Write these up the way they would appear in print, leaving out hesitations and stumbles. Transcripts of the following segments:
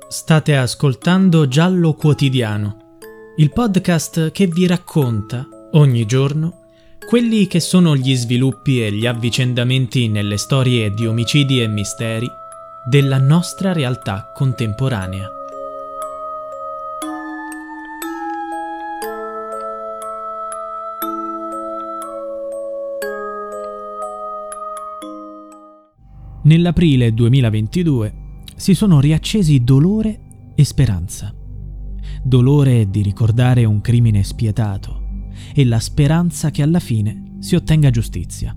State ascoltando Giallo Quotidiano, il podcast che vi racconta, ogni giorno, quelli che sono gli sviluppi e gli avvicendamenti nelle storie di omicidi e misteri della nostra realtà contemporanea. Nell'aprile 2022 si sono riaccesi dolore e speranza. Dolore di ricordare un crimine spietato e la speranza che alla fine si ottenga giustizia.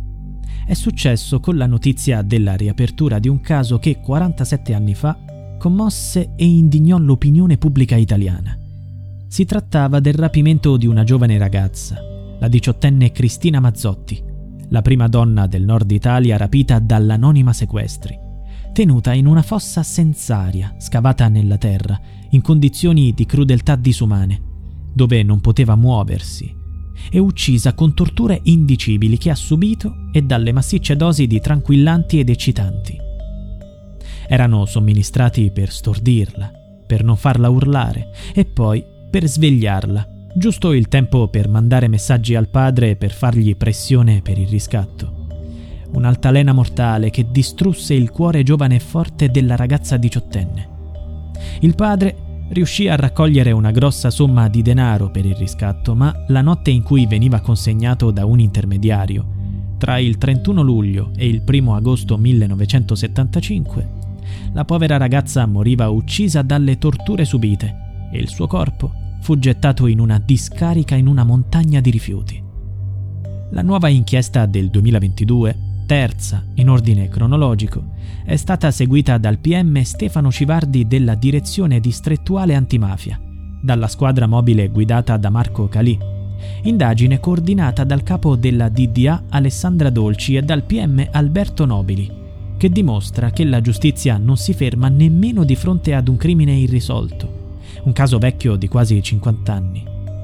È successo con la notizia della riapertura di un caso che 47 anni fa commosse e indignò l'opinione pubblica italiana. Si trattava del rapimento di una giovane ragazza, la 18enne Cristina Mazzotti, la prima donna del nord Italia rapita dall'Anonima Sequestri, tenuta in una fossa senz'aria scavata nella terra in condizioni di crudeltà disumane, dove non poteva muoversi, e uccisa con torture indicibili che ha subito e dalle massicce dosi di tranquillanti ed eccitanti. Erano somministrati per stordirla, per non farla urlare e poi per svegliarla, giusto il tempo per mandare messaggi al padre e per fargli pressione per il riscatto. Un'altalena mortale che distrusse il cuore giovane e forte della ragazza 18enne. Il padre riuscì a raccogliere una grossa somma di denaro per il riscatto, ma la notte in cui veniva consegnato da un intermediario, tra il 31 luglio e il 1 agosto 1975, la povera ragazza moriva uccisa dalle torture subite e il suo corpo fu gettato in una discarica in una montagna di rifiuti. La nuova inchiesta del 2022, terza in ordine cronologico, è stata seguita dal PM Stefano Civardi della Direzione Distrettuale Antimafia, dalla squadra mobile guidata da Marco Calì, indagine coordinata dal capo della DDA Alessandra Dolci e dal PM Alberto Nobili, che dimostra che la giustizia non si ferma nemmeno di fronte ad un crimine irrisolto, un caso vecchio di quasi 50 anni.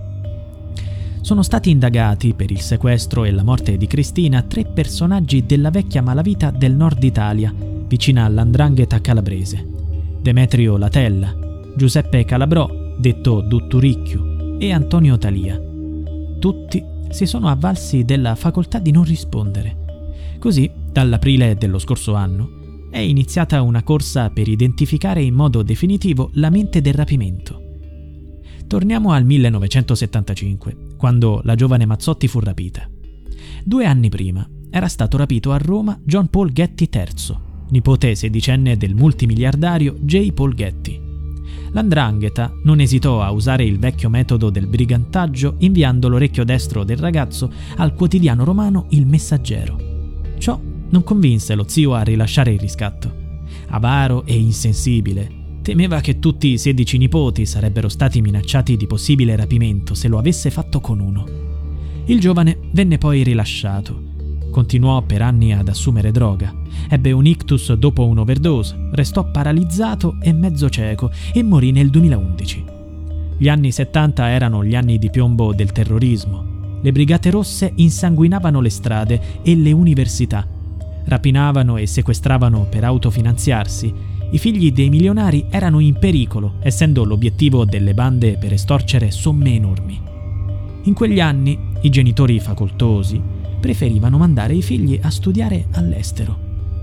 Sono stati indagati per il sequestro e la morte di Cristina 3 personaggi della vecchia malavita del nord Italia, vicina all''ndrangheta calabrese: Demetrio Latella, Giuseppe Calabrò, detto Dutturicchio, e Antonio Talia. Tutti si sono avvalsi della facoltà di non rispondere. Così, dall'aprile dello scorso anno, è iniziata una corsa per identificare in modo definitivo la mente del rapimento. Torniamo al 1975, quando la giovane Mazzotti fu rapita. 2 anni prima era stato rapito a Roma John Paul Getty III, nipote sedicenne del multimiliardario J. Paul Getty. L''ndrangheta non esitò a usare il vecchio metodo del brigantaggio, inviando l'orecchio destro del ragazzo al quotidiano romano Il Messaggero. Ciò non convinse lo zio a rilasciare il riscatto. Avaro e insensibile, temeva che tutti i 16 nipoti sarebbero stati minacciati di possibile rapimento se lo avesse fatto con uno. Il giovane venne poi rilasciato. Continuò per anni ad assumere droga. Ebbe un ictus dopo un'overdose, restò paralizzato e mezzo cieco e morì nel 2011. Gli anni 70 erano gli anni di piombo del terrorismo. Le brigate rosse insanguinavano le strade e le università. Rapinavano e sequestravano per autofinanziarsi. I figli dei milionari erano in pericolo, essendo l'obiettivo delle bande per estorcere somme enormi. In quegli anni, i genitori facoltosi preferivano mandare i figli a studiare all'estero.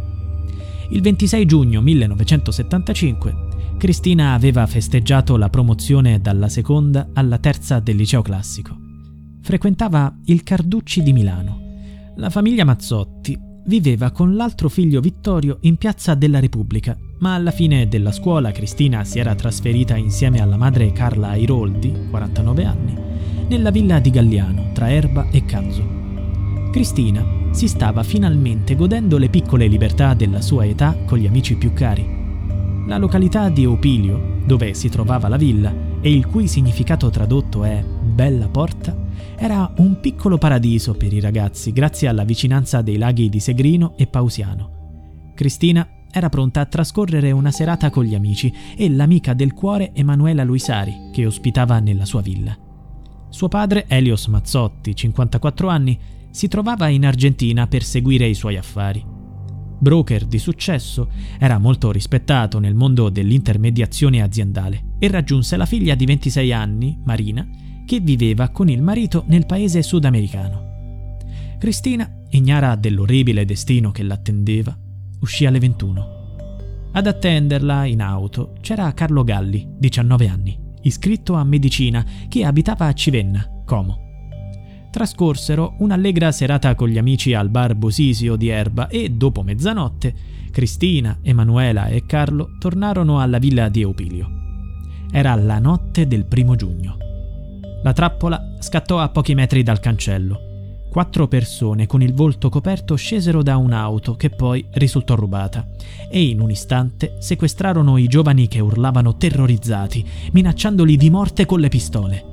Il 26 giugno 1975, Cristina aveva festeggiato la promozione dalla seconda alla terza del liceo classico. Frequentava il Carducci di Milano. La famiglia Mazzotti viveva con l'altro figlio Vittorio in Piazza della Repubblica, ma alla fine della scuola Cristina si era trasferita insieme alla madre Carla Airoldi, 49 anni, nella villa di Galliano, tra Erba e Canzo. Cristina si stava finalmente godendo le piccole libertà della sua età con gli amici più cari. La località di Opilio, dove si trovava la villa, e il cui significato tradotto è Bella Porta, era un piccolo paradiso per i ragazzi grazie alla vicinanza dei laghi di Segrino e Pausiano. Cristina era pronta a trascorrere una serata con gli amici e l'amica del cuore Emanuela Luisari, che ospitava nella sua villa. Suo padre, Elios Mazzotti, 54 anni, si trovava in Argentina per seguire i suoi affari. broker di successo, era molto rispettato nel mondo dell'intermediazione aziendale e raggiunse la figlia di 26 anni, Marina, che viveva con il marito nel paese sudamericano. Cristina, ignara dell'orribile destino che l'attendeva, uscì alle 21. Ad attenderla in auto c'era Carlo Galli, 19 anni, iscritto a medicina, che abitava a Civenna, Como. Trascorsero un'allegra serata con gli amici al bar Bosisio di Erba e, dopo mezzanotte, Cristina, Emanuela e Carlo tornarono alla villa di Eupilio. Era la notte del 1 giugno. La trappola scattò a pochi metri dal cancello. 4 persone con il volto coperto scesero da un'auto che poi risultò rubata e in un istante sequestrarono i giovani che urlavano terrorizzati, minacciandoli di morte con le pistole.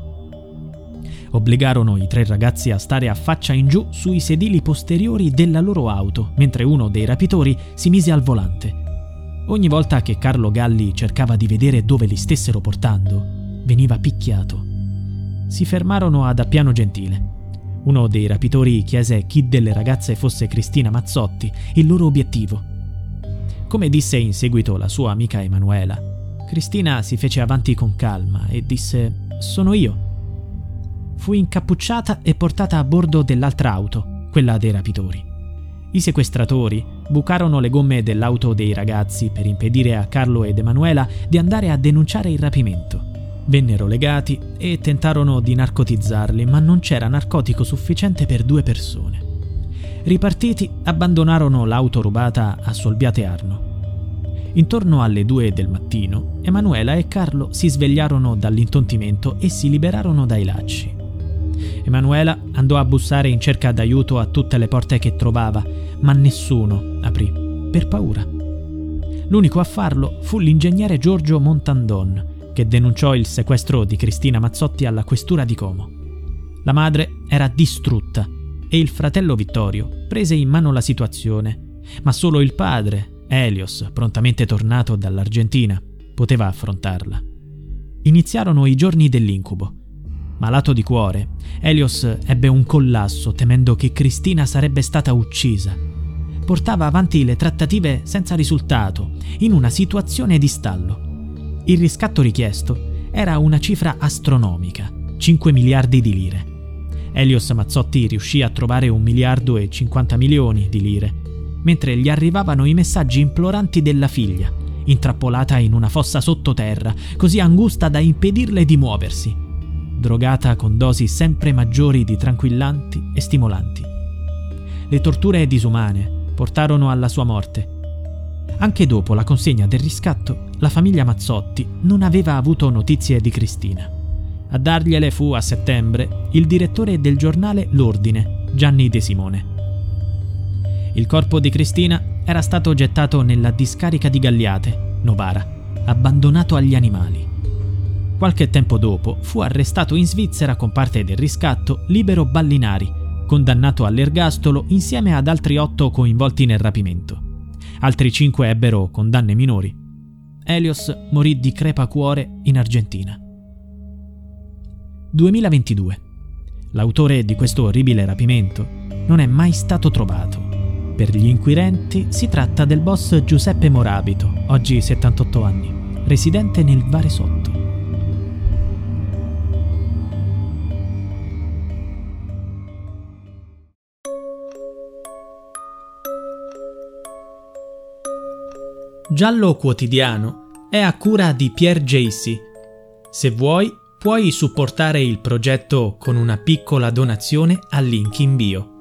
Obbligarono i 3 ragazzi a stare a faccia in giù sui sedili posteriori della loro auto, mentre uno dei rapitori si mise al volante. Ogni volta che Carlo Galli cercava di vedere dove li stessero portando, veniva picchiato. Si fermarono ad Appiano Gentile. Uno dei rapitori chiese chi delle ragazze fosse Cristina Mazzotti, il loro obiettivo. Come disse in seguito la sua amica Emanuela, Cristina si fece avanti con calma e disse: «Sono io». Fu incappucciata e portata a bordo dell'altra auto, quella dei rapitori. I sequestratori bucarono le gomme dell'auto dei ragazzi per impedire a Carlo ed Emanuela di andare a denunciare il rapimento. Vennero legati e tentarono di narcotizzarli, ma non c'era narcotico sufficiente per 2 persone. Ripartiti, abbandonarono l'auto rubata a Solbiate Arno. Intorno alle 2 del mattino, Emanuela e Carlo si svegliarono dall'intontimento e si liberarono dai lacci. Emanuela andò a bussare in cerca d'aiuto a tutte le porte che trovava, ma nessuno aprì, per paura. L'unico a farlo fu l'ingegnere Giorgio Montandon, che denunciò il sequestro di Cristina Mazzotti alla questura di Como. La madre era distrutta e il fratello Vittorio prese in mano la situazione, ma solo il padre, Elios, prontamente tornato dall'Argentina, poteva affrontarla. Iniziarono i giorni dell'incubo. Malato di cuore, Elios ebbe un collasso temendo che Cristina sarebbe stata uccisa. Portava avanti le trattative senza risultato, in una situazione di stallo. Il riscatto richiesto era una cifra astronomica, 5 miliardi di lire. Elios Mazzotti riuscì a trovare 1 miliardo e 50 milioni di lire, mentre gli arrivavano i messaggi imploranti della figlia, intrappolata in una fossa sottoterra, così angusta da impedirle di muoversi, drogata con dosi sempre maggiori di tranquillanti e stimolanti. Le torture disumane portarono alla sua morte. Anche dopo la consegna del riscatto, la famiglia Mazzotti non aveva avuto notizie di Cristina. A dargliele fu a settembre il direttore del giornale L'Ordine, Gianni De Simone. Il corpo di Cristina era stato gettato nella discarica di Galliate, Novara, abbandonato agli animali. Qualche tempo dopo fu arrestato in Svizzera con parte del riscatto Libero Ballinari, condannato all'ergastolo insieme ad altri 8 coinvolti nel rapimento. Altri 5 ebbero condanne minori. Elios morì di crepacuore in Argentina. 2022. L'autore di questo orribile rapimento non è mai stato trovato. Per gli inquirenti si tratta del boss Giuseppe Morabito, oggi 78 anni, residente nel Varesotto. Giallo Quotidiano è a cura di Pierre Jacy. Se vuoi, puoi supportare il progetto con una piccola donazione al link in bio.